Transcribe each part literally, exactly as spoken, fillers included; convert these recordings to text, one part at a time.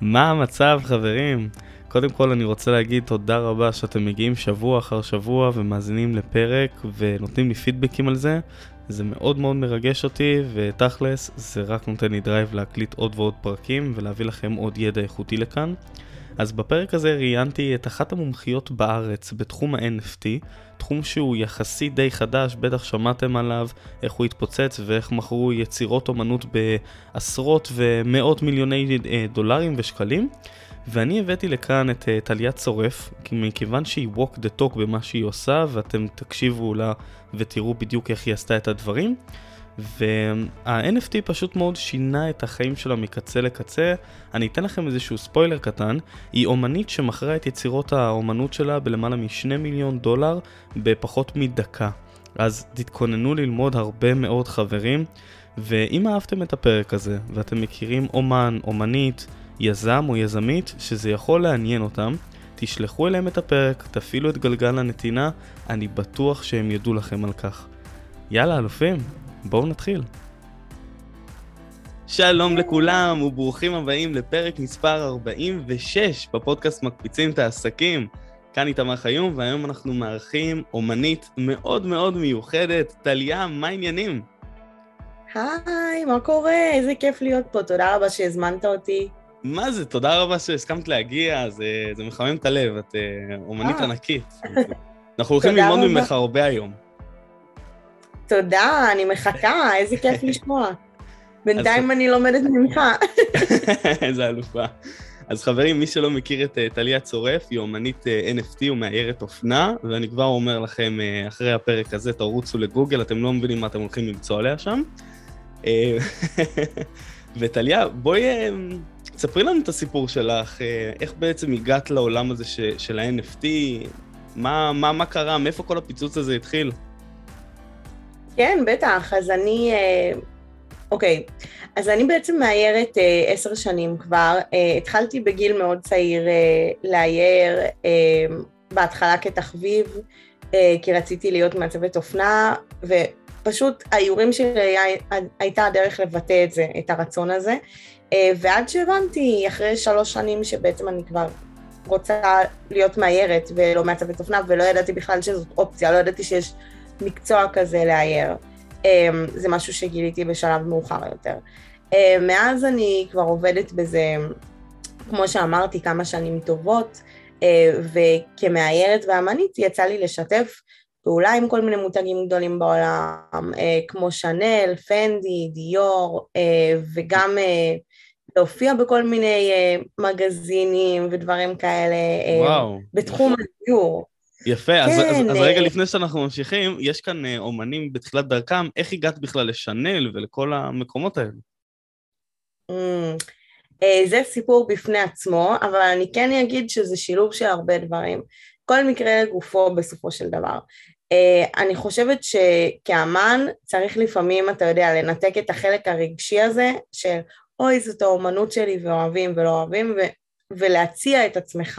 מה המצב, חברים? קודם כל אני רוצה להגיד תודה רבה שאתם מגיעים שבוע אחר שבוע ומאזינים לפרק ונותנים לי פידבקים על זה. זה מאוד מאוד מרגש אותי, ותכלס זה רק נותן לי דרייב להקליט עוד ועוד פרקים ולהביא לכם עוד ידע איכותי לכאן. אז בפרק הזה ראיינתי את אחת המומחיות בארץ בתחום ה-אן אף טי, תחום שהוא יחסי די חדש, בטח שמעתם עליו, איך הוא התפוצץ ואיך מכרו יצירות אומנות בעשרות ומאות מיליוני דולרים ושקלים. ואני הבאתי לכאן את טליה צורף, מכיוון שהיא walk the talk במה שהיא עושה, ואתם תקשיבו לה ותראו בדיוק איך היא עשתה את הדברים. וה-אן אף טי פשוט מאוד שינה את החיים שלה מקצה לקצה. אני אתן לכם איזשהו ספוילר קטן. היא אומנית שמכרה את יצירות האומנות שלה בלמעלה משני מיליון דולר בפחות מדקה. אז תתכוננו ללמוד הרבה מאוד, חברים. ואם אהבתם את הפרק הזה ואתם מכירים אומן, אומנית, יזם או יזמית שזה יכול לעניין אותם, תשלחו אליהם את הפרק, תפעילו את גלגל הנתינה, אני בטוח שהם ידעו לכם על כך. יאללה אלופים, בואו נתחיל. שלום לכולם וברוכים הבאים לפרק מספר ארבעים ושש בפודקאסט מקפיצים את העסקים. כאן איתמר חיום, והיום אנחנו מארחים אומנית מאוד מאוד מיוחדת. טליה, מה העניינים? היי, מה קורה? איזה כיף להיות פה, תודה רבה שהזמנת אותי. מה זה? תודה רבה שהסכמת להגיע, זה, זה מחמם את הלב, את אומנית ענקית. אנחנו הולכים ללמוד ממך הרבה היום. תודה, אני מחכה, איזה כיף לשמוע. בינתיים אני לומדת ממך. איזה אלופה. אז חברים, מי שלא מכיר את טליה צורף, היא אומנית אן אף טי ומאיירת אופנה, ואני כבר אומר לכם, אחרי הפרק הזה, תרוצו לגוגל, אתם לא מבינים מה אתם הולכים למצוא עליה שם. וטליה, בואי תספרי לנו את הסיפור שלך, איך בעצם הגעת לעולם הזה של ה-אן אף טי, מה, מה, מה קרה, מאיפה כל הפיצוץ הזה התחיל? כן, בטח, אז אני, אוקיי, אז אני בעצם מאיירת עשר שנים כבר, התחלתי בגיל מאוד צעיר לאייר, בהתחלה כתחביב, כי רציתי להיות מעצבת אופנה, ופשוט האיורים שלי הייתה הדרך לבטא את זה, את הרצון הזה, ועד שהבנתי, אחרי שלוש שנים שבעצם אני כבר רוצה להיות מאיירת ולא מעצבת אופנה, ולא ידעתי בכלל שזאת אופציה, לא ידעתי שיש מקצוע כזה לאייר. זה משהו שגיליתי בשלב מאוחר יותר. מאז אני כבר עובדת בזה, כמו שאמרתי, כמה שנים טובות, וכמאיירת ואמנית יצא לי לשתף פעולה עם כל מיני מותגים גדולים בעולם, כמו שנל, פנדי, דיור, וגם להופיע בכל מיני מגזינים ודברים כאלה, וואו. בתחום הדיור. יפה, כן, אז, אז, אז רגע לפני שאנחנו ממשיכים, יש כאן אומנים בתחילת דרכם, איך הגעת בכלל לשנל ולכל המקומות האלה? זה סיפור בפני עצמו, אבל אני כן אגיד שזה שילוב של הרבה דברים. כל מקרה לגופו בסופו של דבר. אני חושבת שכאמן צריך לפעמים, אתה יודע, לנתק את החלק הרגשי הזה, של אוי, זאת האומנות שלי ואוהבים ולא אוהבים, ו- ולהציע את עצמך,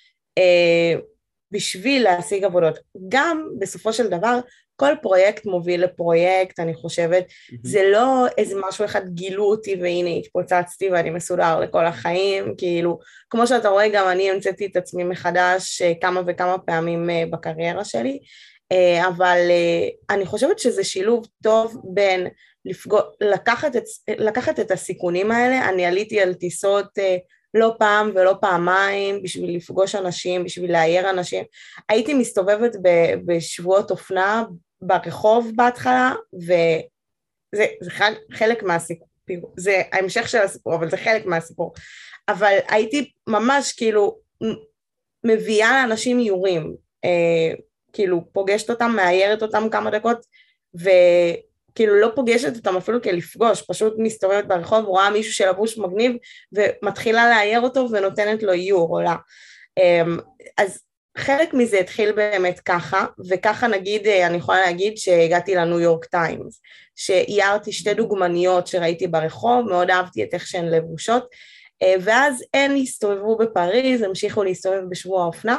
בשביל להשיג עבודות. גם בסופו של דבר, כל פרויקט מוביל לפרויקט, אני חושבת, mm-hmm. זה לא איזה משהו אחד גילו אותי, והנה התפוצצתי ואני מסודר לכל החיים, כאילו, כמו שאתה רואה, גם אני המצאתי את עצמי מחדש כמה וכמה פעמים בקריירה שלי, אבל אני חושבת שזה שילוב טוב בין לפגוע, לקחת, את, לקחת את הסיכונים האלה. אני עליתי על טיסות לא פעם ולא פעמיים, בשביל לפגוש אנשים, בשביל לאייר אנשים. הייתי מסתובבת בשבועות אופנה, ברחוב בהתחלה, וזה זה חלק מהסיפור, זה ההמשך של הסיפור, אבל זה חלק מהסיפור. אבל הייתי ממש כאילו, מביאה לאנשים איורים, אה, כאילו פוגשת אותם, מאיירת אותם כמה דקות, ו... כאילו לא פוגשת אותם אפילו כלפגוש, פשוט מסתובבת ברחוב, רואה מישהו שלבוש מגניב, ומתחילה לאייר אותו ונותנת לו איור, עולה. אז חלק מזה התחיל באמת ככה, וככה נגיד, אני יכולה להגיד שהגעתי לניו יורק טיימס, שאיירתי שתי דוגמניות שראיתי ברחוב, מאוד אהבתי את איך שהן לבושות, ואז הן הסתובבו בפריז, המשיכו להסתובב בשבוע האופנה,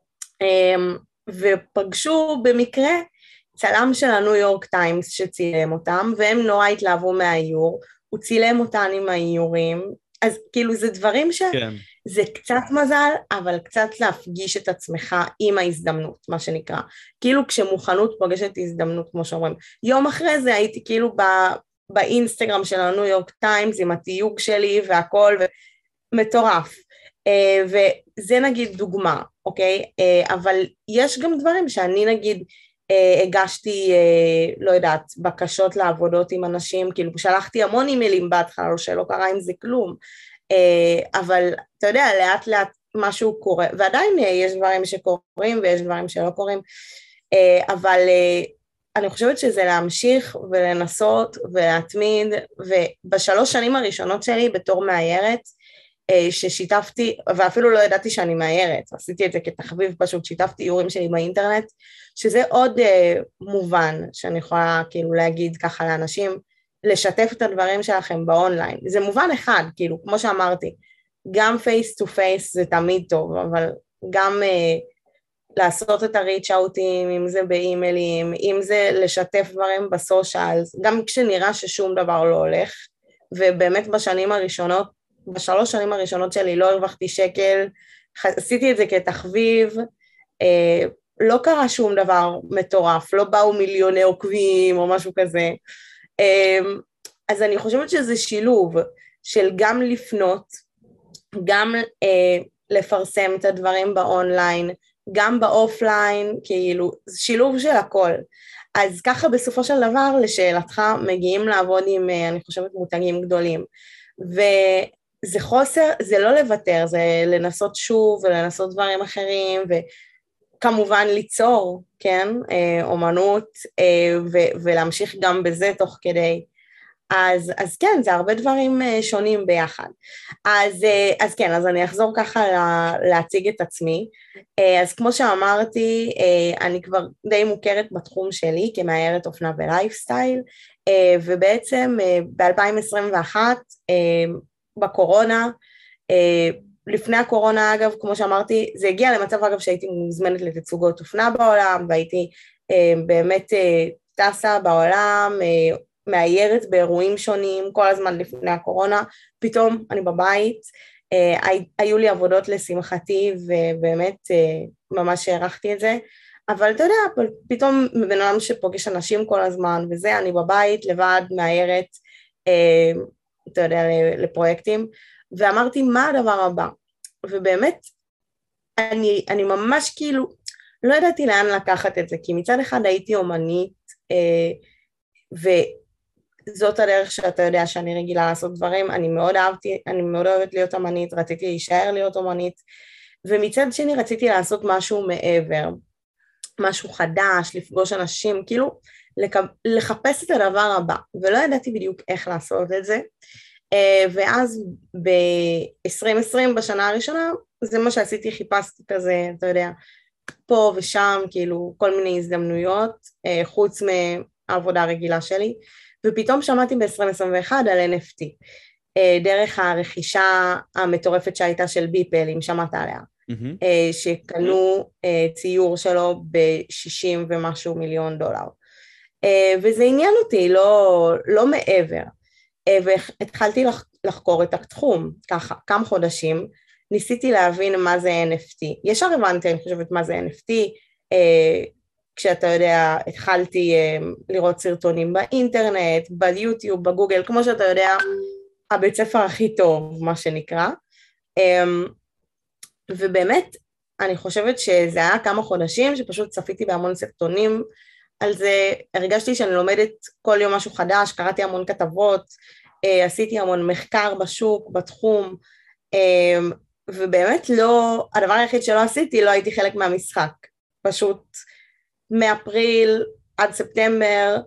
ופגשו במקרה, צלם של הניו יורק טיימס שצילם אותם, והם נורא התלהבו מהאיור, הוא צילם אותן עם האיורים, אז כאילו זה דברים ש... כן. זה קצת מזל, אבל קצת להפגיש את עצמך עם ההזדמנות, מה שנקרא. כאילו כשמוכנות פוגשת הזדמנות, כמו שאומרים. יום אחרי זה הייתי כאילו ב... באינסטגרם של הניו יורק טיימס, עם התיוג שלי והכל, ומטורף. וזה נגיד דוגמה, אוקיי? אבל יש גם דברים שאני נגיד, הגשתי, לא יודעת, בקשות לעבודות עם אנשים, כאילו שלחתי המון אימיילים בהתחלה, או שלא קרה עם זה כלום, אבל אתה יודע, לאט לאט משהו קורה, ועדיין יש דברים שקורים ויש דברים שלא קורים, אבל אני חושבת שזה להמשיך ולנסות ולהתמיד, ובשלוש שנים הראשונות שלי בתור מאיירת, ששיתפתי, ואפילו לא ידעתי שאני מאיירת, עשיתי את זה כתחביב, פשוט שיתפתי איורים שלי באינטרנט, שזה עוד uh, מובן שאני יכולה כאילו להגיד ככה לאנשים, לשתף את הדברים שלכם באונליין, זה מובן אחד, כאילו, כמו שאמרתי, גם פייס טו פייס זה תמיד טוב, אבל גם uh, לעשות את הריץ'-אוטים, אם זה באימיילים, אם זה לשתף דברים בסושיאלס, גם כשנראה ששום דבר לא הולך, ובאמת בשנים הראשונות, בשלוש שנים הראשונות שלי לא הרווחתי שקל, עשיתי את זה כתחביב, אה, לא קרה שום דבר מטורף, לא באו מיליוני עוקבים או משהו כזה, אה, אז אני חושבת שזה שילוב של גם לפנות, גם אה, לפרסם את הדברים באונליין, גם באופליין, כאילו, זה שילוב של הכל. אז ככה בסופו של דבר, לשאלתך, מגיעים לעבוד עם, אני חושבת, מותגים גדולים. וזה חוסר, זה לא לוותר, זה לנסות שוב, ולנסות דברים אחרים, וכמובן ליצור, כן, אומנות, ו- ולהמשיך גם בזה תוך כדי. אז, אז כן, זה הרבה דברים שונים ביחד. אז, אז כן, אז אני אחזור ככה לה, להציג את עצמי. אז כמו שאמרתי, אני כבר די מוכרת בתחום שלי כמאיירת אופנה ולייפסטייל, ובעצם ב-אלפיים עשרים ואחת, בקורונה, לפני הקורונה אגב, כמו שאמרתי, זה הגיע למצב אגב שהייתי מוזמנת לתצוגות אופנה בעולם, והייתי באמת טסה בעולם, מאיירת באירועים שונים, כל הזמן לפני הקורונה, פתאום אני בבית, היו לי עבודות לשמחתי, ובאמת ממש הערכתי את זה, אבל אתה יודע, פתאום בן אדם שפוגש אנשים כל הזמן, וזה, אני בבית, לבד, מאיירת, אתה יודע, לפרויקטים, ואמרתי, מה הדבר הבא? ובאמת, אני, אני ממש כאילו, לא ידעתי לאן לקחת את זה, כי מצד אחד הייתי אומנית, וזאת הדרך שאתה יודע שאני רגילה לעשות דברים, אני מאוד אהבתי, אני מאוד אוהבת להיות אומנית, רציתי להישאר להיות אומנית, ומצד שני רציתי לעשות משהו מעבר, משהו חדש, לפגוש אנשים, כאילו לחפש את הדבר הבא, ולא ידעתי בדיוק איך לעשות את זה, ואז ב-עשרים עשרים בשנה הראשונה, זה מה שעשיתי, חיפשתי כזה, אתה יודע, פה ושם, כאילו כל מיני הזדמנויות, חוץ מהעבודה הרגילה שלי, ופתאום שמעתי ב-עשרים עשרים ואחת על אן אף טי, דרך הרכישה המטורפת שהייתה של ביפל, אם שמעת עליה, mm-hmm. שקנו ציור שלו ב-שישים ומשהו מיליון דולר, וזה עניין אותי, לא, לא מעבר, והתחלתי לחקור את התחום, ככה, כמה חודשים, ניסיתי להבין מה זה אן אף טי, ישר הבנתי, אני חושבת מה זה אן אף טי, כשאתה יודע, התחלתי לראות סרטונים באינטרנט, ביוטיוב, בגוגל, כמו שאתה יודע, הבית ספר הכי טוב, מה שנקרא, ובאמת, אני חושבת שזה היה כמה חודשים, שפשוט צפיתי בהמון סרטונים, על זה הרגשתי שאני לומדת כל יום משהו חדש, קראתי המון כתבות, עשיתי המון מחקר בשוק, בתחום, ובאמת לא, הדבר היחיד שלא עשיתי, לא הייתי חלק מהמשחק, פשוט מאפריל עד ספטמבר,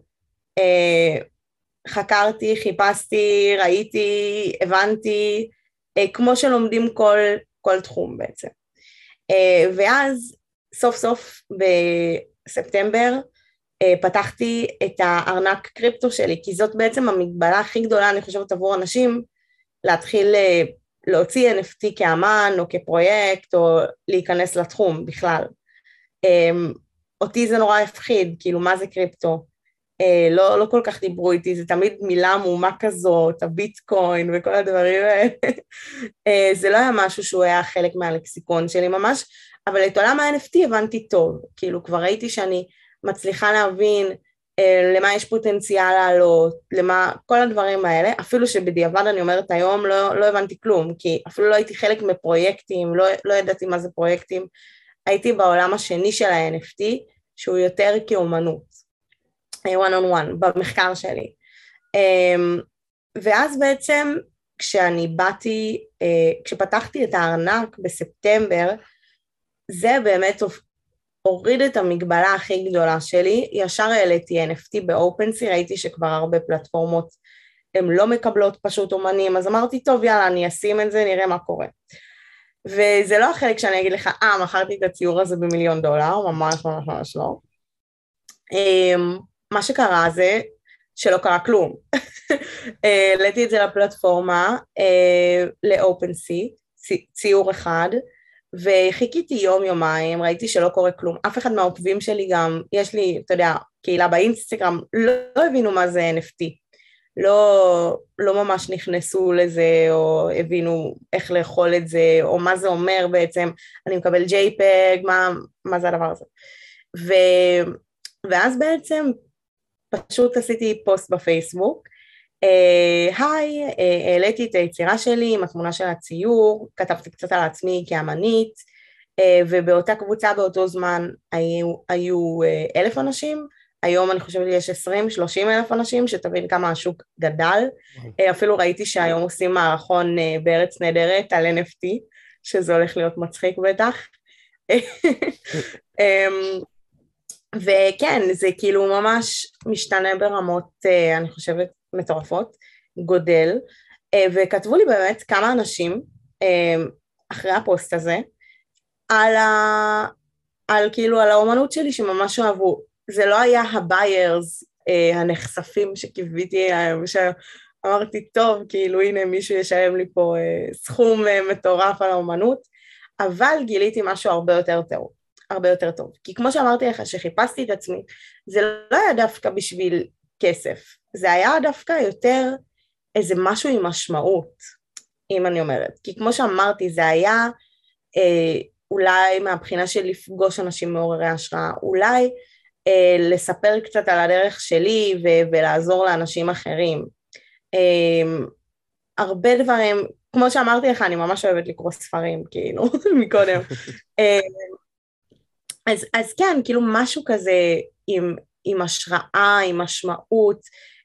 חקרתי, חיפשתי, ראיתי, הבנתי, כמו שלומדים כל, כל תחום בעצם. ואז סוף סוף בספטמבר, פתחתי את הארנק קריפטו שלי, כי זאת בעצם המגבלה הכי גדולה, אני חושבת עבור אנשים, להתחיל להוציא אן אף טי כאמן או כפרויקט, או להיכנס לתחום בכלל. אותי זה נורא הפחיד, כאילו מה זה קריפטו? אה, לא, לא כל כך דיברו איתי, זה תמיד מילה עמומה כזאת, הביטקוין וכל הדברים האלה. אה, זה לא היה משהו שהוא היה חלק מהלקסיקון שלי ממש, אבל את עולם ה-אן אף טי הבנתי טוב, כאילו כבר ראיתי שאני מצליחה להבין אה, למה יש פוטנציאל לעלות, למה, כל הדברים האלה, אפילו שבדיעבד אני אומרת היום לא, לא הבנתי כלום, כי אפילו לא הייתי חלק מפרויקטים, לא, לא ידעתי מה זה פרויקטים, הייתי בעולם השני של ה-אן אף טי, שהוא יותר כאומנות, one on one, במחקר שלי. ואז בעצם כשאני באתי, כשפתחתי את הארנק בספטמבר, זה באמת הוריד את המגבלה הכי גדולה שלי, ישר העליתי אן אף טי באופנסי, ראיתי שכבר הרבה פלטפורמות הן לא מקבלות פשוט אומנים, אז אמרתי טוב יאללה אני אשים את זה, נראה מה קורה. וזה לא החלק שאני אגיד לך, אה מכרתי את הציור הזה במיליון דולר, ממש ממש ממש לא. מה שקרה זה שלא קרה כלום. העליתי את זה לפלטפורמה, לאופנסי, ציור אחד, וחיכיתי יום יומיים, ראיתי שלא קורה כלום, אף אחד מהעוקבים שלי גם, יש לי, אתה יודע, קהילה באינסטגרם, לא, לא הבינו מה זה אן אף טי, לא, לא ממש נכנסו לזה, או הבינו איך לאכול את זה, או מה זה אומר בעצם, אני מקבל ג'יי-פג, מה, מה זה הדבר הזה. ו, ואז בעצם פשוט עשיתי פוסט בפייסבוק, היי, uh, uh, העליתי את היצירה שלי עם התמונה של הציור, כתבתי קצת על עצמי כאמנית, uh, ובאותה קבוצה באותו זמן היו, היו uh, אלף אנשים, היום אני חושבת יש עשרים שלושים אלף אנשים, שתבין כמה השוק גדל, uh, אפילו ראיתי שהיום עושים מערכון uh, בארץ נהדרת על אן אף טי, שזה הולך להיות מצחיק בטח, um, וכן, זה כאילו ממש משתנה ברמות, uh, אני חושבת, מטורפות, גודל, וכתבו לי באמת כמה אנשים אחרי הפוסט הזה, על, ה... על כאילו על האומנות שלי שממש אוהבו, זה לא היה הביירס הנחשפים שקיוויתי להם, שאמרתי טוב, כאילו הנה מישהו ישלם לי פה סכום מטורף על האומנות, אבל גיליתי משהו הרבה יותר טוב, הרבה יותר טוב, כי כמו שאמרתי לך שחיפשתי את עצמי, זה לא היה דווקא בשביל כסף, זה היה דווקא יותר איזה משהו עם משמעות, אם אני אומרת, כי כמו שאמרתי זה היה אה, אולי מהבחינה של לפגוש אנשים מעוררי השראה, אולי אה, לספר קצת על הדרך שלי ו- ולעזור לאנשים אחרים, אה, הרבה דברים, כמו שאמרתי לך אני ממש אוהבת לקרוא ספרים כאילו מקודם, אה, אז, אז כן כאילו משהו כזה עם עם השראה, עם משמעות,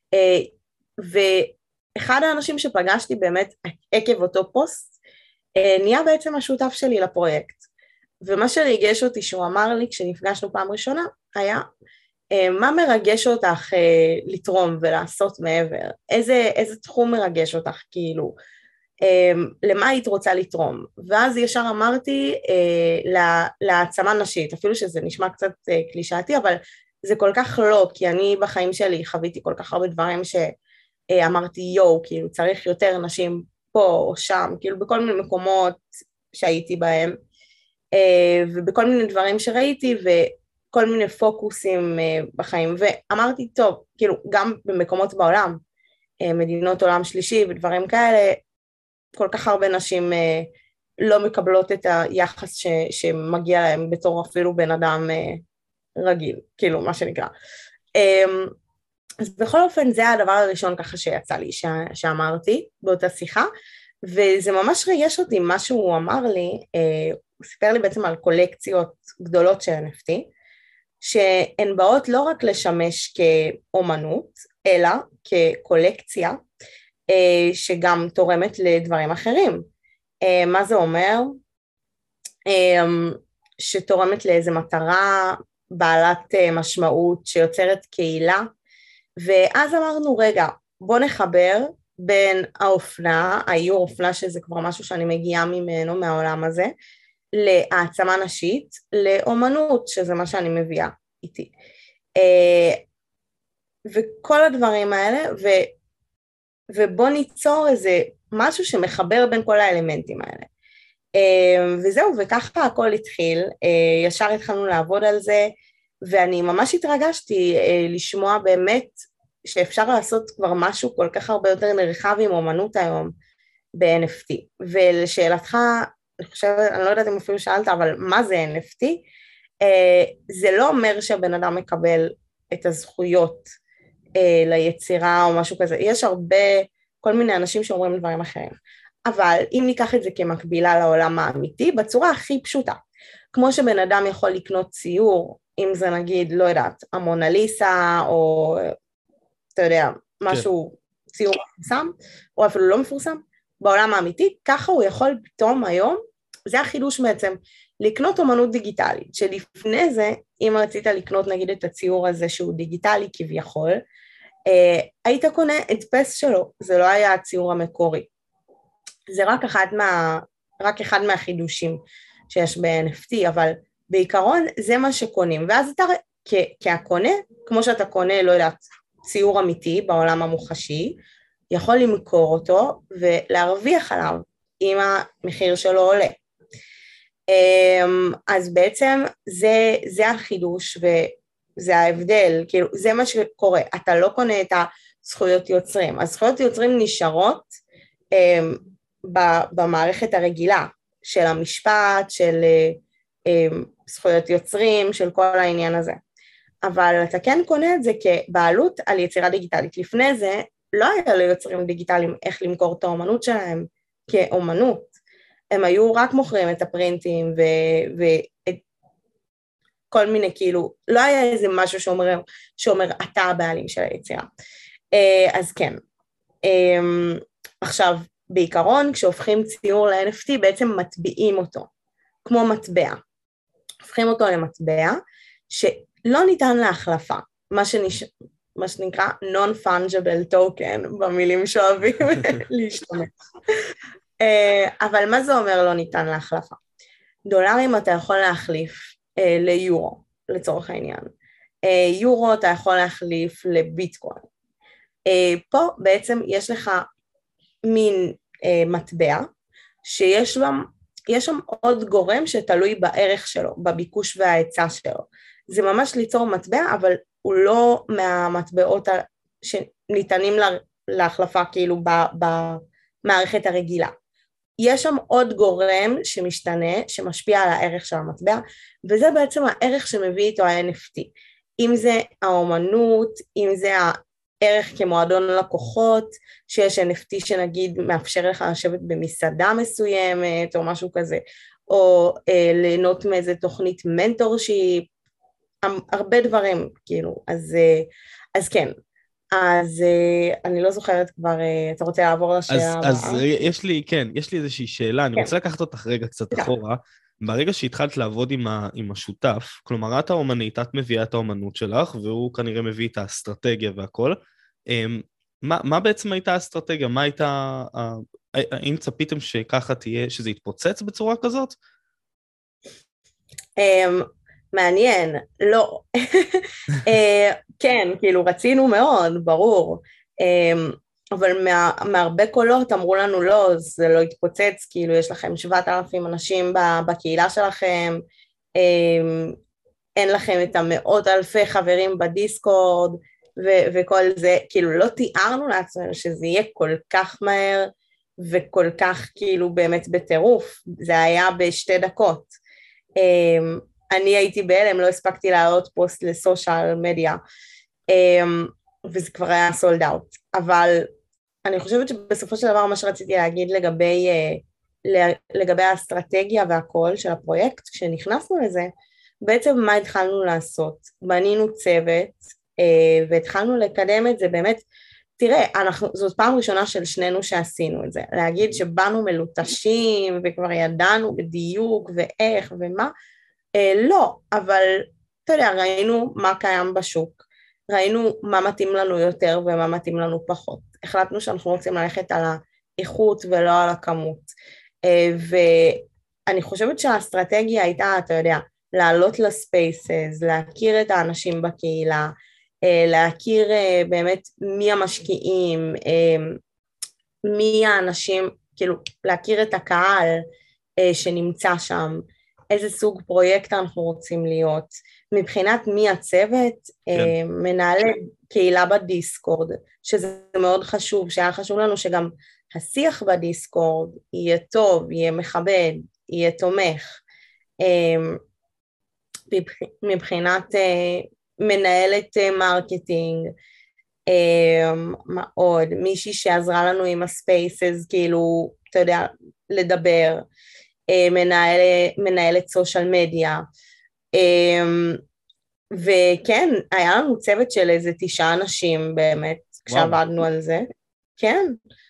ואחד האנשים שפגשתי באמת עקב אותו פוסט, נהיה בעצם השותף שלי לפרויקט, ומה שריגש אותי שהוא אמר לי כשנפגשנו פעם ראשונה, היה מה מרגש אותך לתרום ולעשות מעבר, איזה, איזה תחום מרגש אותך כאילו, למה היית רוצה לתרום, ואז ישר אמרתי להעצמה נשית, אפילו שזה נשמע קצת קלישאתי, אבל זה כל כך לא, כי אני בחיים שלי חוויתי כל כך הרבה דברים שאמרתי יו, כאילו צריך יותר נשים פה או שם, כאילו בכל מיני מקומות שהייתי בהם, ובכל מיני דברים שראיתי, וכל מיני פוקוסים בחיים, ואמרתי טוב, כאילו גם במקומות בעולם, מדינות עולם שלישי ודברים כאלה, כל כך הרבה נשים לא מקבלות את היחס ש, שמגיע להם בתור אפילו בן אדם רגיל, כאילו מה שנקרא. אז בכל אופן זה הדבר הראשון ככה שיצא לי, ש, שאמרתי באותה שיחה, וזה ממש ריגש אותי מה שהוא אמר לי, הוא סיפר לי בעצם על קולקציות גדולות של אן אף טי, שהן באות לא רק לשמש כאומנות, אלא כקולקציה, שגם תורמת לדברים אחרים. מה זה אומר? שתורמת לאיזו מטרה בעלת משמעות שיוצרת קהילה, ואז אמרנו רגע בוא נחבר בין האופנה, האיור אופנה שזה כבר משהו שאני מגיעה ממנו מהעולם הזה, להעצמה נשית, לאומנות שזה מה שאני מביאה איתי. וכל הדברים האלה, ו, ובוא ניצור איזה משהו שמחבר בין כל האלמנטים האלה. וזהו, וככה הכל התחיל, ישר התחלנו לעבוד על זה, ואני ממש התרגשתי לשמוע באמת שאפשר לעשות כבר משהו כל כך הרבה יותר נרחב עם אומנות היום ב-אן אף טי. ולשאלתך, אני חושבת, אני לא יודעת אם אפילו שאלת, אבל מה זה אן אף טי? זה לא אומר שהבן אדם מקבל את הזכויות ליצירה או משהו כזה. יש הרבה, כל מיני אנשים שאומרים דברים אחרים. אבל אם ניקח את זה כמקבילה לעולם האמיתי, בצורה הכי פשוטה, כמו שבן אדם יכול לקנות ציור, אם זה נגיד, לא יודעת, המונליסה, או אתה יודע, משהו, ציור מפורסם, או אפילו לא מפורסם, בעולם האמיתי, ככה הוא יכול פתאום היום, זה החידוש בעצם, לקנות אומנות דיגיטלית, שלפני זה, אם רצית לקנות נגיד את הציור הזה שהוא דיגיטלי כביכול, אה, היית קונה הדפס שלו, זה לא היה הציור המקורי. זה רק אחד, מה, רק אחד מהחידושים שיש ב-אן אף טי, אבל בעיקרון זה מה שקונים, ואז אתה כ- כהקונה, כמו שאתה קונה, לא יודעת, ציור אמיתי בעולם המוחשי, יכול למכור אותו ולהרוויח עליו אם המחיר שלו עולה. אז בעצם זה, זה החידוש וזה ההבדל, כאילו זה מה שקורה, אתה לא קונה את הזכויות יוצרים, הזכויות יוצרים נשארות במערכת הרגילה של המשפט, של זכויות יוצרים, של כל העניין הזה. אבל אתה כן קונה את זה כבעלות על יצירה דיגיטלית. לפני זה לא היה ליוצרים דיגיטליים איך למכור את האומנות שלהם כאומנות. הם היו רק מוכרים את הפרינטים וכל מיני כאילו, לא היה איזה משהו שאומר, שאומר אתה הבעלים של היצירה. אז כן. עכשיו, בעיקרון, כשהופכים ציור ל-אן אף טי, בעצם מטביעים אותו, כמו מטבע. הופכים אותו למטבע, שלא ניתן להחלפה, מה, שנש... מה שנקרא non-fungible token, במילים שאוהבים להשתמש. אבל מה זה אומר לא ניתן להחלפה? דולרים אתה יכול להחליף ליורו, לצורך העניין. יורו אתה יכול להחליף לביטקוין. פה בעצם יש לך מין אה, מטבע, שיש שם, יש שם עוד גורם שתלוי בערך שלו, בביקוש וההיצע שלו. זה ממש ליצור מטבע, אבל הוא לא מהמטבעות שניתנים לה, להחלפה כאילו במערכת הרגילה. יש שם עוד גורם שמשתנה, שמשפיע על הערך של המטבע, וזה בעצם הערך שמביא איתו ה-אן אף טי. אם זה האומנות, אם זה ה... ערך כמועדון לקוחות, שיש אן אף טי שנגיד מאפשר לך לשבת במסעדה מסוימת, או משהו כזה, או אה, ליהנות מאיזה תוכנית מנטורשיפ, הרבה דברים, כאילו, אז, אה, אז כן, אז אה, אני לא זוכרת כבר, אה, אתה רוצה לעבור לשאלה הבאה? אז, אז יש לי, כן, יש לי איזושהי שאלה, אני כן. רוצה לקחת אותך רגע קצת אחורה, ברגע שהתחלת לעבוד עם, ה, עם השותף, כלומר, את האומנית, את מביאה את האומנות שלך, והוא כנראה מביא את האסטרטגיה והכל, מה, מה בעצם הייתה האסטרטגיה? מה הייתה, האם צפיתם שככה תהיה, שזה יתפוצץ בצורה כזאת? מעניין, לא. כן, כאילו רצינו מאוד, ברור. אבל מה, מהרבה קולות אמרו לנו לא, זה לא יתפוצץ, כאילו יש לכם שבעת אלפים אנשים בקהילה שלכם, אין לכם את המאות אלפי חברים בדיסקורד, ו- וכל זה, כאילו לא תיארנו לעצמנו שזה יהיה כל כך מהר, וכל כך כאילו באמת בטירוף, זה היה בשתי דקות. אני הייתי בהלם, לא הספקתי להעלות פוסט לסושיאל מדיה, וזה כבר היה סולד אאוט, אבל אני חושבת שבסופו של דבר מה שרציתי להגיד לגבי, לגבי האסטרטגיה והכל של הפרויקט, כשנכנסנו לזה, בעצם מה התחלנו לעשות? בנינו צוות, והתחלנו לקדם את זה באמת, תראה, אנחנו, זאת פעם ראשונה של שנינו שעשינו את זה, להגיד שבאנו מלוטשים וכבר ידענו בדיוק ואיך ומה, לא, אבל אתה יודע, ראינו מה קיים בשוק, ראינו מה מתאים לנו יותר ומה מתאים לנו פחות, החלטנו שאנחנו רוצים ללכת על האיכות ולא על הכמות, ואני חושבת שהאסטרטגיה הייתה, אתה יודע, לעלות לספייסס, להכיר את האנשים בקהילה, להכיר באמת מי המשקיעים, מי האנשים, כאילו להכיר את הקהל שנמצא שם, איזה סוג פרויקט אנחנו רוצים להיות, מבחינת מי הצוות, כן. מנהלי קהילה בדיסקורד, שזה מאוד חשוב, שהיה חשוב לנו שגם השיח בדיסקורד יהיה טוב, יהיה מכבד, יהיה תומך, מבחינת מנהלת מרקטינג, מה עוד, מישהי שעזרה לנו עם הספייסס, כאילו, אתה יודע, לדבר, מנהל, מנהלת סושיאל מדיה, וכן, היה לנו צוות של איזה תשעה אנשים באמת, כשעבדנו על זה, כן,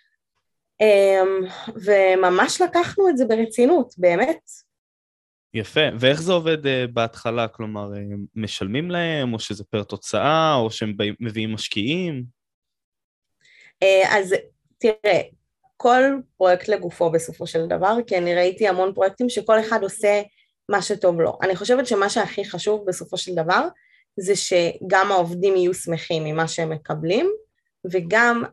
וממש לקחנו את זה ברצינות, באמת. יפה, ואיך זה עובד uh, בהתחלה? כלומר, uh, משלמים להם, או שזה פר תוצאה, או שהם מביאים משקיעים? Uh, אז תראה, כל פרויקט לגופו בסופו של דבר, כי אני ראיתי המון פרויקטים שכל אחד עושה מה שטוב לו. אני חושבת שמה שהכי חשוב בסופו של דבר, זה שגם העובדים יהיו שמחים ממה שהם מקבלים, וגם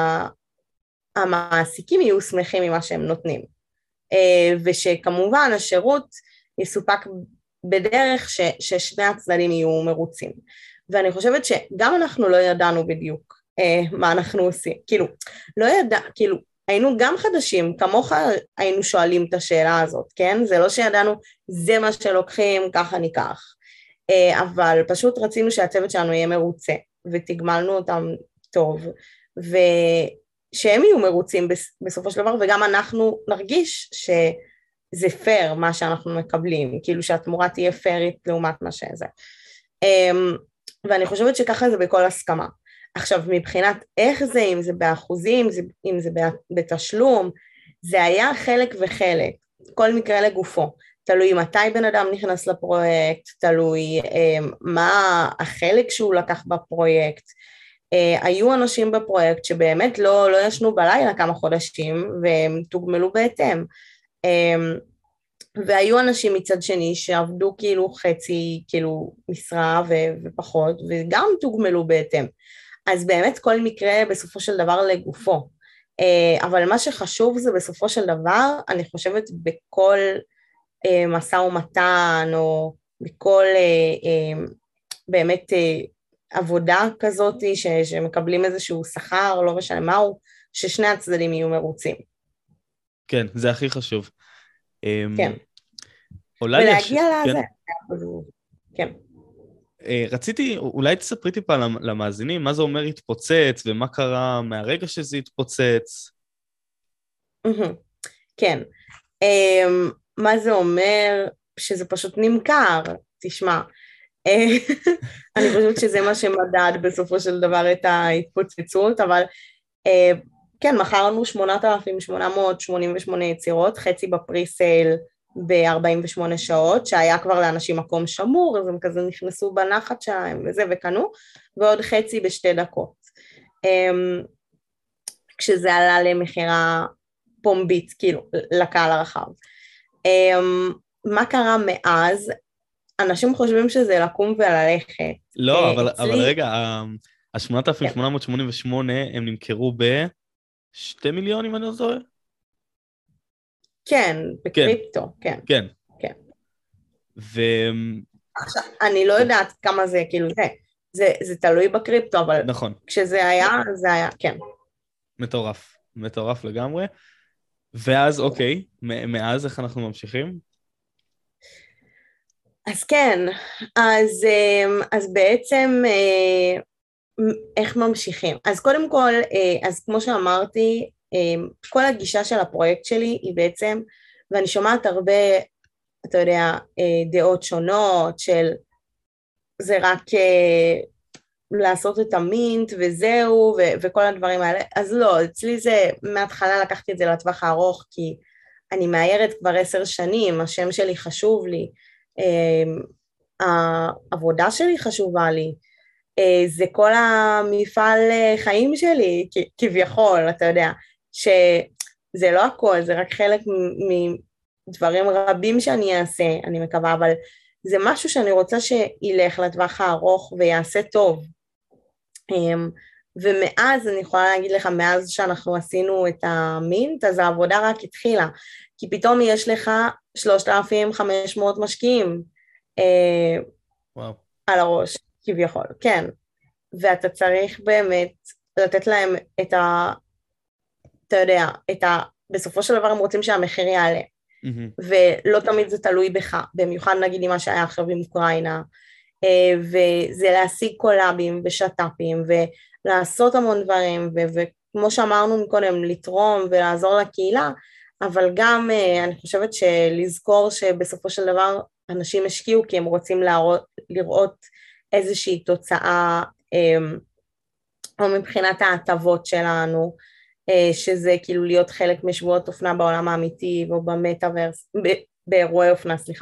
המעסיקים יהיו שמחים ממה שהם נותנים. ושכמובן השירות יסופק בדרך ש, ששני הצדדים יהיו מרוצים. ואני חושבת שגם אנחנו לא ידענו בדיוק מה אנחנו עושים. כאילו, לא ידע, כאילו, היינו גם חדשים, כמוך היינו שואלים את השאלה הזאת, כן? זה לא שידענו, זה מה שלוקחים, ככה ניקח. אבל פשוט רצינו שהצוות שלנו יהיה מרוצה, ותגמלנו אותם טוב, ושהם יהיו מרוצים בסופו של דבר, וגם אנחנו נרגיש שזה פייר מה שאנחנו מקבלים, כאילו שהתמורה תהיה פיירית לעומת מה שזה. ואני חושבת שככה זה בכל הסכמה. עכשיו, מבחינת איך זה, אם זה באחוזים, אם זה בתשלום, זה היה חלק וחלק, כל מקרה לגופו. תלוי מתי בן אדם נכנס לפרויקט, תלוי אה, מה החלק שהוא לקח בפרויקט. אה, היו אנשים בפרויקט שבאמת לא, לא ישנו בלילה כמה חודשים, והם תוגמלו בהתאם. אה, והיו אנשים מצד שני שעבדו כאילו חצי, כאילו משרה ו- ופחות, וגם תוגמלו בהתאם. אז באמת כל מקרה בסופו של דבר לגופו. אה, אבל מה שחשוב זה בסופו של דבר, אני חושבת בכל משא ומתן, או בכל באמת עבודה כזאת, שמקבלים איזשהו שכר, לא משנה מהו, ששני הצדדים יהיו מרוצים. כן, זה הכי חשוב. כן. ולהגיע לזה. כן. רציתי, אולי תספרי טיפה למאזינים, מה זה אומר התפוצץ, ומה קרה מהרגע שזה התפוצץ? כן. מה זה אומר? שזה פשוט נמכר, תשמע. אני חושבת שזה מה שמדד בסופו של דבר את ההתפוצצות, אבל כן, מכרנו שמונת אלפים שמונה מאות שמונים ושמונה יצירות, חצי בפריסייל ב-ארבעים ושמונה שעות, שהיה כבר לאנשים מקום שמור, אז הם כזה נכנסו בנחת שלהם וזה וקנו, ועוד חצי בשתי דקות. כשזה עלה למחירה פומבית, כאילו, לקהל הרחב. מה קרה מאז? אנשים חושבים שזה לקום וללכת. לא, אבל, אצלי... אבל רגע, ה-שמונת אלפים שמונה מאות שמונים ושמונה הם נמכרו ב-שתי מיליון, אם אני לא זוכר? כן, בקריפטו, כן. כן. כן. ו... עכשיו, אני לא יודעת כמה זה, כאילו, זה, זה, זה תלוי בקריפטו, אבל... נכון. כשזה היה, זה היה, כן. מטורף, מטורף לגמרי. ואז, אוקיי, מאז איך אנחנו ממשיכים? אז כן, אז, אז בעצם איך ממשיכים? אז קודם כל, אז כמו שאמרתי, כל הגישה של הפרויקט שלי היא בעצם, ואני שומעת הרבה, אתה יודע, דעות שונות של זה רק לעשות את המינט וזהו ו- וכל הדברים האלה, אז לא, אצלי זה, מההתחלה לקחתי את זה לטווח הארוך, כי אני מאיירת כבר עשר שנים, השם שלי חשוב לי, העבודה שלי חשובה לי, זה כל המפעל חיים שלי, כביכול, אתה יודע, שזה לא הכל, זה רק חלק מדברים רבים שאני אעשה, אני מקווה, אבל זה משהו שאני רוצה שילך לטווח הארוך ויעשה טוב, ומאז, אני יכולה להגיד לך, מאז שאנחנו עשינו את המינט, אז העבודה רק התחילה, כי פתאום יש לך שלושת אלפים וחמש מאות משקיעים אה, וואו. על הראש, כביכול, כן. ואתה צריך באמת לתת להם את ה... אתה יודע, את ה... בסופו של דבר הם רוצים שהמחיר יעלה. Mm-hmm. ולא תמיד זה תלוי בך, במיוחד נגיד עם מה שהיה עכשיו עם אוקראינה, וזה להשיג קולאבים ושטאפים, ולעשות המון דברים, ו- וכמו שאמרנו מקודם, לתרום ולעזור לקהילה, אבל גם אני חושבת שלזכור שבסופו של דבר אנשים השקיעו, כי הם רוצים להראות, לראות איזושהי תוצאה, או מבחינת ההטבות שלנו, שזה כאילו להיות חלק משבועות אופנה בעולם האמיתי, או במטאברס, באירועי אופנה, סליחה.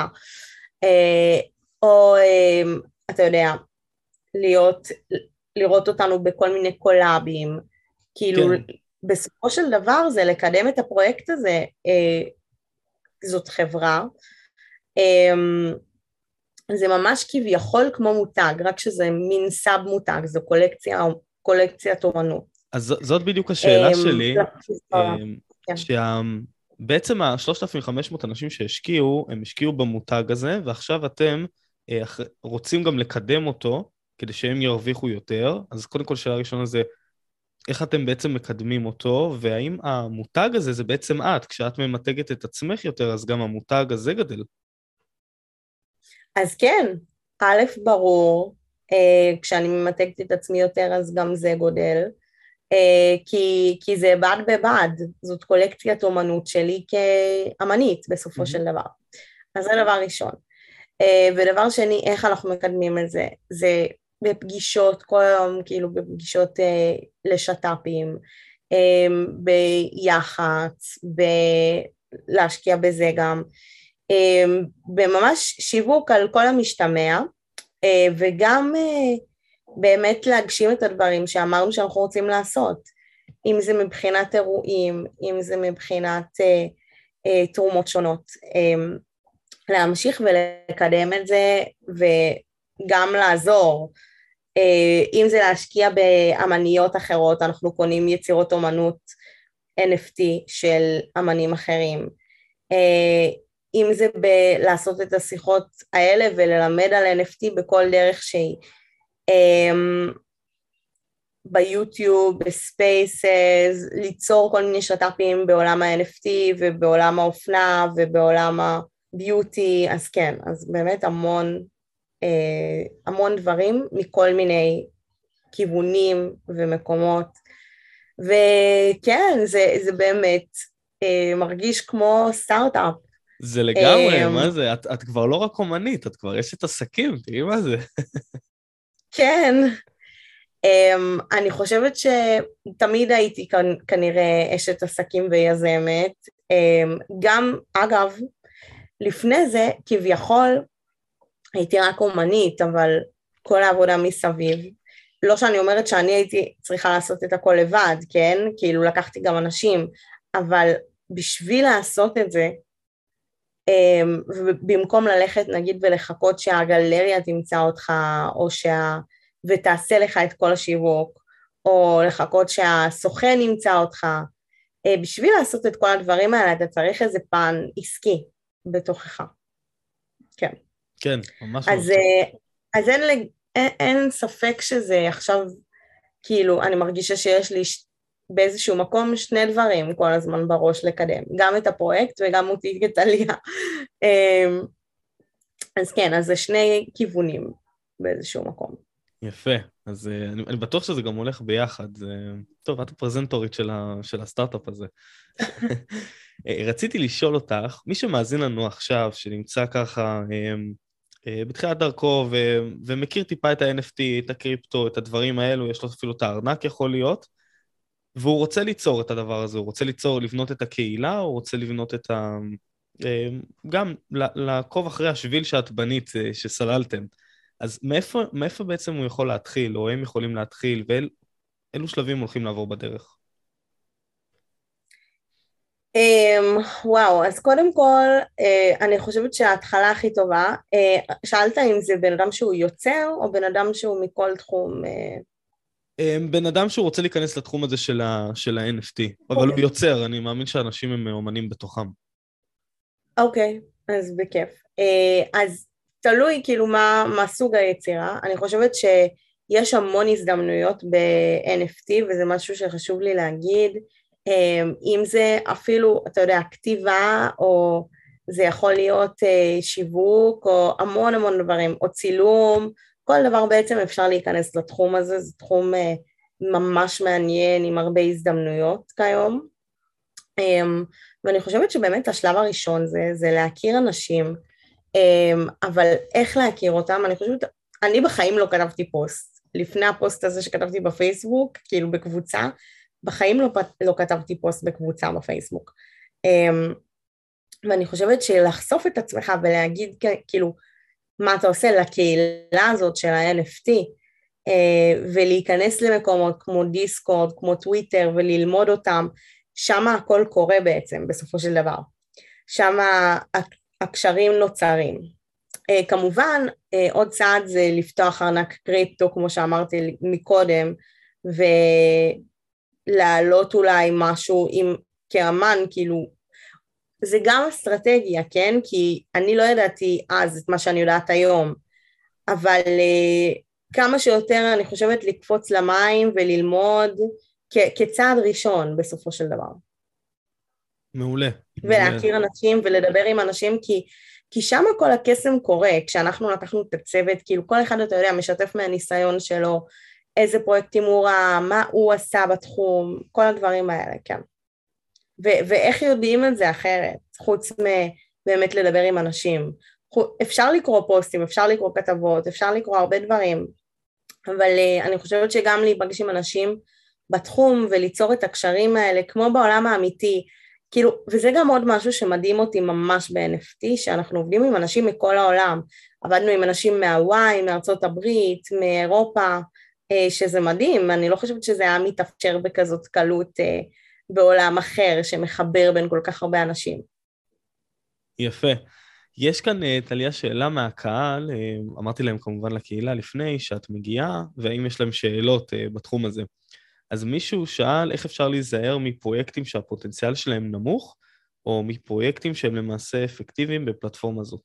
או, אתה יודע, להיות, לראות אותנו בכל מיני קולאבים, כאילו, כן. בסופו של דבר זה לקדם את הפרויקט הזה, זאת חברה, זה ממש כביכול כמו מותג, רק שזה מין סאב מותג, זו קולקציה, קולקציית אומנות. אז זאת בדיוק השאלה שלי, שבעצם ה-שלושת אלפים וחמש מאות אנשים שהשקיעו, הם השקיעו במותג הזה, ועכשיו אתם רוצים גם לקדם אותו, כדי שהם ירוויחו יותר. אז קודם כל שאלה ראשונה זה, איך אתם בעצם מקדמים אותו, והאם המותג הזה זה בעצם את, כשאת ממתגת את עצמך יותר, אז גם המותג הזה גדל? אז כן, א', ברור, כשאני ממתגת את עצמי יותר, אז גם זה גודל, כי, כי זה בד בבד, זאת קולקציית אומנות שלי כאמנית בסופו mm-hmm. של דבר. אז זה דבר ראשון. ודבר שני, איך אנחנו מקדמים את זה? זה בפגישות, כל היום כאילו בפגישות לשטאפים, ביח"צ, להשקיע בזה גם, בממש שיווק על כל המשתמע, וגם באמת להגשים את הדברים שאמרנו שאנחנו רוצים לעשות, אם זה מבחינת אירועים, אם זה מבחינת תרומות שונות, להמשיך ולקדם את זה וגם לעזור, אם זה להשקיע באמניות אחרות, אנחנו קונים יצירות אומנות אן אף טי של אמנים אחרים, אם זה לעשות את השיחות האלה וללמד על אן אף טי בכל דרך שהיא, ביוטיוב, בספייסס, ליצור כל מיני שטאפים בעולם ה-אן אף טי ובעולם האופנה ובעולם הביוטי, אז כן, אז באמת המון, המון דברים מכל מיני כיוונים ומקומות, וכן, זה, זה באמת מרגיש כמו סטארט-אפ. זה לגמרי, מה זה? את, את כבר לא רק אומנית, את כבר אשת עסקים, תראי מה זה. כן, um, אני חושבת שתמיד הייתי כנראה אשת עסקים ויזמת, um, גם אגב, לפני זה כביכול הייתי רק אומנית, אבל כל העבודה מסביב, לא שאני אומרת שאני הייתי צריכה לעשות את הכל לבד, כן? כאילו לקחתי גם אנשים, אבל בשביל לעשות את זה, ובמקום ללכת נגיד ולחכות שהגלריה תמצא אותך, או שה... ותעשה לך את כל השיווק, או לחכות שהסוכן ימצא אותך, בשביל לעשות את כל הדברים האלה, אתה צריך איזה פן עסקי בתוכך. כן. כן, ממש אז, אז אין, אין, אין ספק שזה עכשיו, כאילו, אני מרגישה שיש לי באיזשהו מקום שני דברים כל הזמן בראש לקדם, גם את הפרויקט וגם אותי כתליה. אז כן, אז זה שני כיוונים באיזשהו מקום. יפה, אז אני, אני בטוח שזה גם הולך ביחד. זה... טוב, את הפרזנטורית של, ה, של הסטארט-אפ הזה. רציתי לשאול אותך, מי שמאזין לנו עכשיו, שנמצא ככה בתחילת דרכו ו, ומכיר טיפה את ה-אן אף טי, את הקריפטו, את הדברים האלו, יש לו אפילו את הארנק יכול להיות, והוא רוצה ליצור את הדבר הזה, הוא רוצה ליצור, לבנות את הקהילה, הוא רוצה לבנות את ה... גם לעקוב אחרי השביל שאת בנית, שסללתם. אז מאיפה, מאיפה בעצם הוא יכול להתחיל, או הם יכולים להתחיל, ואילו שלבים הולכים לעבור בדרך? וואו, אז קודם כל, אני חושבת שההתחלה הכי טובה, שאלת אם זה בן אדם שהוא יוצר, או בן אדם שהוא מכל תחום בן אדם שהוא רוצה להיכנס לתחום הזה של ה- של ה-אן אף טי, אבל הוא יוצר, אני מאמין שאנשים הם אומנים בתוכם. אוקיי, אז בכיף. אה, אז תלוי כאילו מה, מה סוג היצירה. אני חושבת שיש המון הזדמנויות ב-אן אף טי, וזה משהו שחשוב לי להגיד. אה, אם זה אפילו, אתה יודע, כתיבה, או זה יכול להיות אה, שיווק, או המון המון דברים, או צילום, כל דבר בעצם אפשר להיכנס לתחום הזה, זה תחום אה, ממש מעניין, עם הרבה הזדמנויות כיום. Um, ואני חושבת שבאמת השלב הראשון זה, זה להכיר אנשים, um, אבל איך להכיר אותם? אני חושבת, אני בחיים לא כתבתי פוסט, לפני הפוסט הזה שכתבתי בפייסבוק, כאילו בקבוצה, בחיים לא, לא כתבתי פוסט בקבוצה בפייסבוק. Um, ואני חושבת שלחשוף את עצמך ולהגיד כאילו מה אתה עושה לקהילה הזאת של ה-אן אף טי, uh, ולהיכנס למקומות כמו דיסקורד, כמו טוויטר, וללמוד אותם, שם הכל קורה בעצם, בסופו של דבר. שם הקשרים נוצרים. Uh, כמובן, uh, עוד צעד זה לפתוח ארנק קריפטו, כמו שאמרתי מקודם, ולהעלות אולי משהו עם, כאמן, כאילו, זה גם אסטרטגיה, כן? כי אני לא ידעתי אז את מה שאני יודעת היום, אבל uh, כמה שיותר אני חושבת לקפוץ למים וללמוד, כ- כצעד ראשון בסופו של דבר. מעולה. ולהכיר אנשים ולדבר עם אנשים, כי, כי שם כל הקסם קורה, כשאנחנו לקחנו את הצוות, כאילו כל אחד אתה יודע משתף מהניסיון שלו, איזה פרויקטים הוא ראה, מה הוא עשה בתחום, כל הדברים האלה, כן. ו- ואיך יודעים את זה אחרת, חוץ מבאמת לדבר עם אנשים. אפשר לקרוא פוסטים, אפשר לקרוא כתבות, אפשר לקרוא הרבה דברים, אבל uh, אני חושבת שגם להיפגש עם אנשים בתחום וליצור את הקשרים האלה, כמו בעולם האמיתי, כאילו, וזה גם עוד משהו שמדהים אותי ממש ב-אן אף טי, שאנחנו עובדים עם אנשים מכל העולם, עבדנו עם אנשים מהוואי, מארצות הברית, מאירופה, uh, שזה מדהים, אני לא חושבת שזה היה מתאפשר בכזאת קלות uh, בעולם אחר, שמחבר בין כל כך הרבה אנשים. יפה. יש כאן, טליה, שאלה מהקהל, אמרתי להם כמובן לקהילה לפני שאת מגיעה, והאם יש להם שאלות בתחום הזה. אז מישהו שאל איך אפשר להיזהר מפרויקטים שהפוטנציאל שלהם נמוך, או מפרויקטים שהם למעשה אפקטיביים בפלטפורמה זו.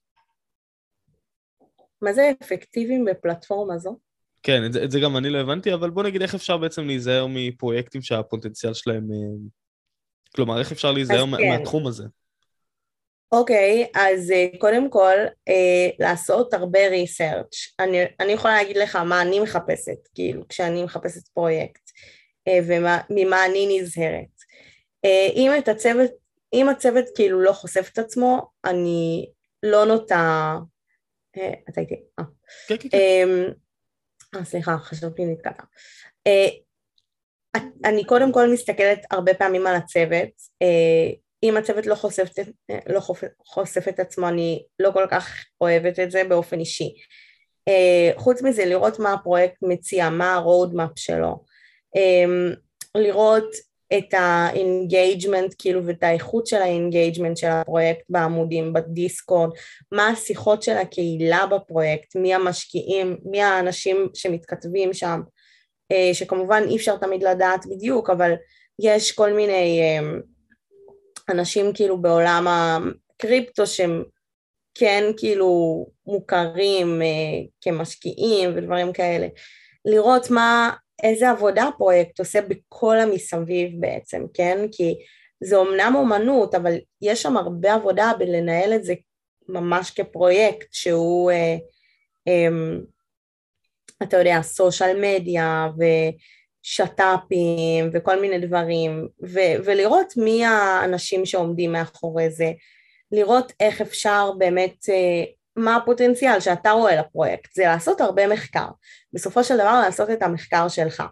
מה זה אפקטיביים בפלטפורמה זו? כן, את זה, את זה גם אני לא הבנתי, אבל בוא נגיד איך אפשר בעצם להיזהר מפרויקטים שהפוטנציאל שלהם, כלומר, איך אפשר להיזהר מה, כן. מהתחום הזה? אוקיי, okay, אז uh, קודם כל, uh, לעשות הרבה ריסרצ'. אני, אני יכולה להגיד לך מה אני מחפשת, כאילו, כשאני מחפשת פרויקט, uh, וממה אני נזהרת. Uh, אם את הצוות, אם הצוות כאילו לא חושף את עצמו, אני לא נוטה... Uh, אתה איתי? אה. כן, כן, כן. אה, סליחה, חשבתי נתקעת. Uh, אני קודם כל מסתכלת הרבה פעמים על הצוות, uh, אם הצוות לא חושף, לא חושף את עצמו, אני לא כל כך אוהבת את זה באופן אישי. חוץ מזה, לראות מה הפרויקט מציע, מה הרודמאפ שלו, לראות את האינגייג'מנט, כאילו, ואת האיכות של האינגייג'מנט של הפרויקט בעמודים, בדיסקורד, מה השיחות של הקהילה בפרויקט, מי המשקיעים, מי האנשים שמתכתבים שם, שכמובן אי אפשר תמיד לדעת בדיוק, אבל יש כל מיני... אנשים כאילו בעולם הקריפטו שהם כן כאילו מוכרים אה, כמשקיעים ודברים כאלה, לראות מה, איזה עבודה הפרויקט עושה בכל המסביב בעצם, כן? כי זה אומנם אומנות, אבל יש שם הרבה עבודה בלנהל את זה ממש כפרויקט שהוא, אה, אה, אתה יודע, סושיאל מדיה ו... שטאפים וכל מיני דברים, ו- ולראות מי האנשים שעומדים מאחורי זה, לראות איך אפשר באמת, מה הפוטנציאל שאתה רואה לפרויקט, זה לעשות הרבה מחקר, בסופו של דבר לעשות את המחקר שלך.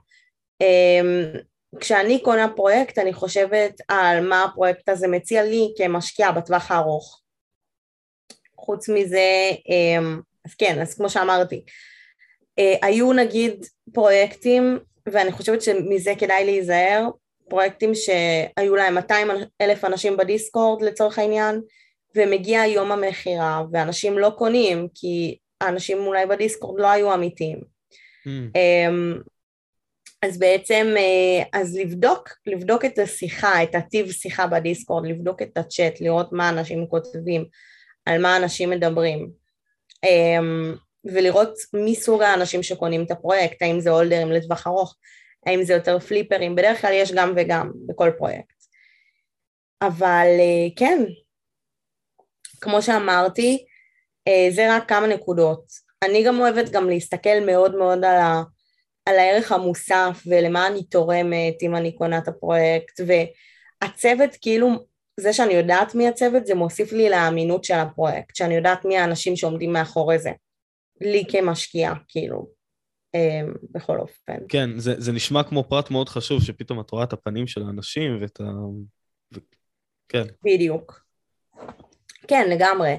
כשאני קונה פרויקט, אני חושבת על מה הפרויקט הזה מציע לי כמשקיע בטווח הארוך. חוץ מזה, אז כן, אז כמו שאמרתי, היו נגיד פרויקטים, ואני חושבת שמזה כדאי להיזהר, פרויקטים שהיו להם מאתיים אלף אנשים בדיסקורד לצורך העניין, ומגיע יום המחירה, ואנשים לא קונים, כי האנשים אולי בדיסקורד לא היו אמיתיים. Mm. אז בעצם, אז לבדוק, לבדוק את השיחה, את הטיב שיחה בדיסקורד, לבדוק את הצ'אט, לראות מה אנשים כותבים, על מה אנשים מדברים, ולראות מי סוג האנשים שקונים את הפרויקט, האם זה הולדרים לטווח ארוך, האם זה יותר פליפרים, בדרך כלל יש גם וגם בכל פרויקט. אבל כן, כמו שאמרתי, זה רק כמה נקודות. אני גם אוהבת גם להסתכל מאוד מאוד על ה... על הערך המוסף ולמה אני תורמת אם אני קונה את הפרויקט, והצוות כאילו, זה שאני יודעת מי הצוות, זה מוסיף לי לאמינות של הפרויקט, שאני יודעת מי האנשים שעומדים מאחורי זה, לי כמשקיעה, כאילו, בכל אופן. כן, זה, זה נשמע כמו פרט מאוד חשוב, שפתאום את רואה את הפנים של האנשים ואת ה... ו... כן. בדיוק. כן, לגמרי.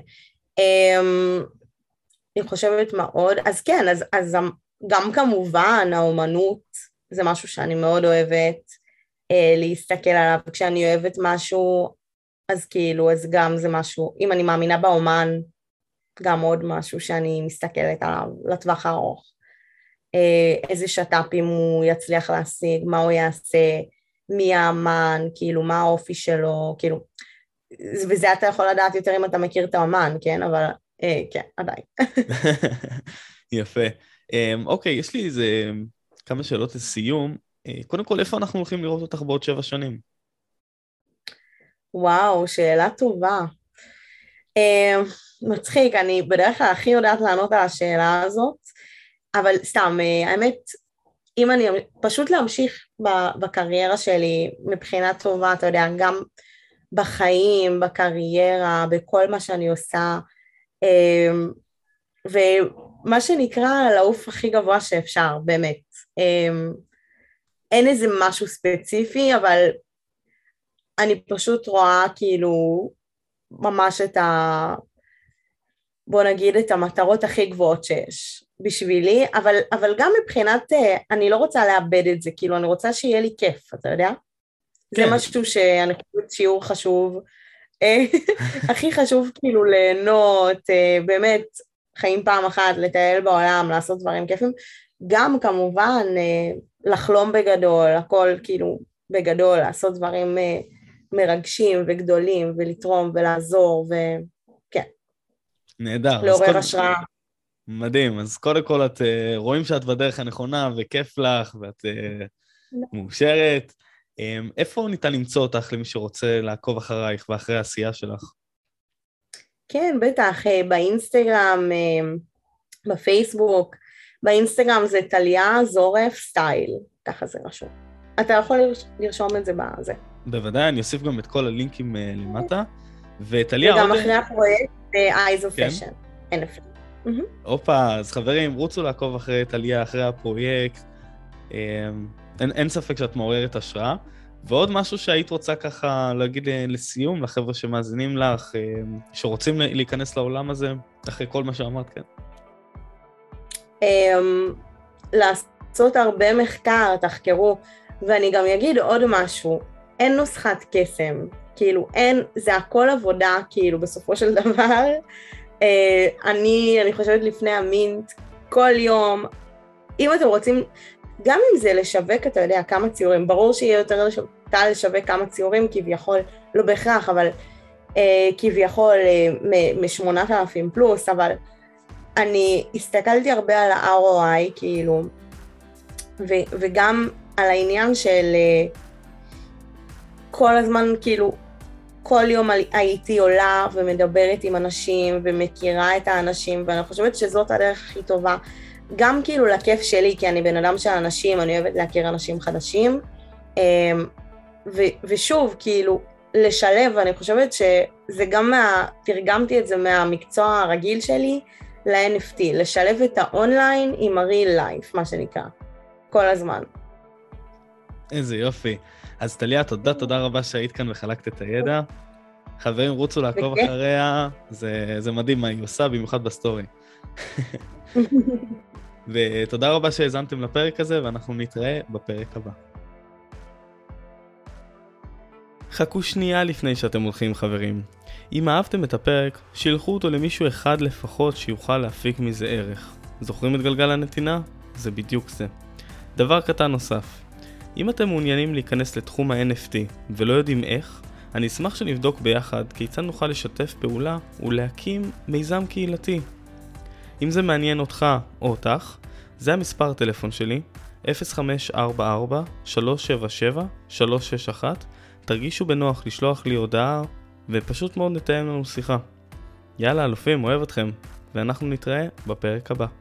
אני חושבת מאוד, אז כן, אז... אז גם כמובן האומנות זה משהו שאני מאוד אוהבת אה, להסתכל עליו, כשאני אוהבת משהו אז כאילו, אז גם זה משהו, אם אני מאמינה באומן, גם עוד משהו שאני מסתכלת עליו לטווח הארוך, אה, איזה שטאפים הוא יצליח להשיג, מה הוא יעשה, מי האמן, כאילו מה האופי שלו, כאילו, וזה אתה יכול לדעת יותר אם אתה מכיר את האומן, כן, אבל אה, כן, עדיין. יפה. אוקיי, יש לי איזה כמה שאלות לסיום. קודם כל, איפה אנחנו הולכים לראות אותך בעוד שבע שנים? וואו, שאלה טובה. מצחיק, אני בדרך כלל הכי יודעת לענות על השאלה הזאת, אבל סתם, האמת, אם אני פשוט להמשיך בקריירה שלי מבחינה טובה, אתה יודע, גם בחיים, בקריירה, בכל מה שאני עושה, ו... מה שנקרא לעוף הכי גבוה שאפשר, באמת. אין איזה משהו ספציפי, אבל אני פשוט רואה כאילו ממש את ה... בוא נגיד את המטרות הכי גבוהות שיש בשבילי, אבל, אבל גם מבחינת, אני לא רוצה לאבד את זה, כאילו אני רוצה שיהיה לי כיף, אתה יודע? כן. זה משהו שאני חושבת שיעור חשוב, הכי חשוב כאילו ליהנות, באמת, חיים פעם אחת, לטייל בעולם, לעשות דברים כיפים, גם כמובן לחלום בגדול, הכל כאילו בגדול, לעשות דברים מרגשים וגדולים, ולתרום ולעזור, וכן. נהדר. לעורר השראה. מדהים, אז קודם כל את רואים שאת בדרך הנכונה, וכיף לך, ואת מאושרת. איפה ניתן למצוא אותך למי שרוצה לעקוב אחרייך, ואחרי העשייה שלך? כן, בטח, באינסטגרם, בפייסבוק, באינסטגרם זה טליה זורף סטייל, ככה זה רשום. אתה יכול לרשום את זה בזה. בוודאי, אני אוסיף גם את כל הלינקים למטה, וטליה עוד... וגם אחרי הפרויקט, Eyes of Fashion, אן אף אל. אופה, אז חברים, רוצו לעקוב אחרי טליה, אחרי הפרויקט, אין ספק שאת מעוררת השראה, ועוד משהו שהיית רוצה ככה להגיד לסיום, לחבר'ה שמאזינים לך, שרוצים להיכנס לעולם הזה, אחרי כל מה שאמרת, כן? לעשות הרבה מחקר, תחקרו, ואני גם אגיד עוד משהו, אין נוסחת קסם, כאילו אין, זה הכל עבודה, כאילו בסופו של דבר, אני, אני חושבת לפני המינט, כל יום, אם אתם רוצים, גם אם זה לשווק, אתה יודע, כמה ציורים, ברור שיהיה יותר קל לשווק כמה ציורים, כביכול, לא בהכרח, אבל אה, כביכול אה, מ-שמונת אלפים פלוס, אבל אני הסתכלתי הרבה על ה-אר או איי, כאילו, ו- וגם על העניין של אה, כל הזמן, כאילו, כל יום הייתי עולה ומדברת עם אנשים, ומכירה את האנשים, ואני חושבת שזאת הדרך הכי טובה, גם כאילו לכיף שלי, כי אני בן אדם של אנשים, אני אוהבת להכיר אנשים חדשים, ו- ושוב, כאילו, לשלב, אני חושבת שזה גם מה, תרגמתי את זה מהמקצוע הרגיל שלי, ל-אן אף טי, לשלב את האונליין עם ה-real life, מה שנקרא, כל הזמן. איזה יופי. אז טליה, תודה, תודה רבה שהיית כאן וחלקת את הידע. חברים, רוצו לעקוב אחריה, זה, זה מדהים מה היא עושה, במיוחד בסטורי. ותודה רבה שהזמתם לפרק הזה, ואנחנו נתראה בפרק הבא. חכו שנייה לפני שאתם הולכים, חברים. אם אהבתם את הפרק, שילחו אותו למישהו אחד לפחות שיוכל להפיק מזה ערך. זוכרים את גלגל הנתינה? זה בדיוק זה. דבר קטן נוסף, אם אתם מעוניינים להיכנס לתחום ה-אן אף טי ולא יודעים איך, אני אשמח שנבדוק ביחד כיצד נוכל לשתף פעולה ולהקים מיזם קהילתי. אם זה מעניין אותך או אותך, זה המספר הטלפון שלי, אפס חמש ארבע ארבע שלוש שבע שבע שלוש שש אחת, תרגישו בנוח לשלוח לי הודעה ופשוט מאוד נתאם לנו שיחה. יאללה אלופים, אוהב אתכם, ואנחנו נתראה בפרק הבא.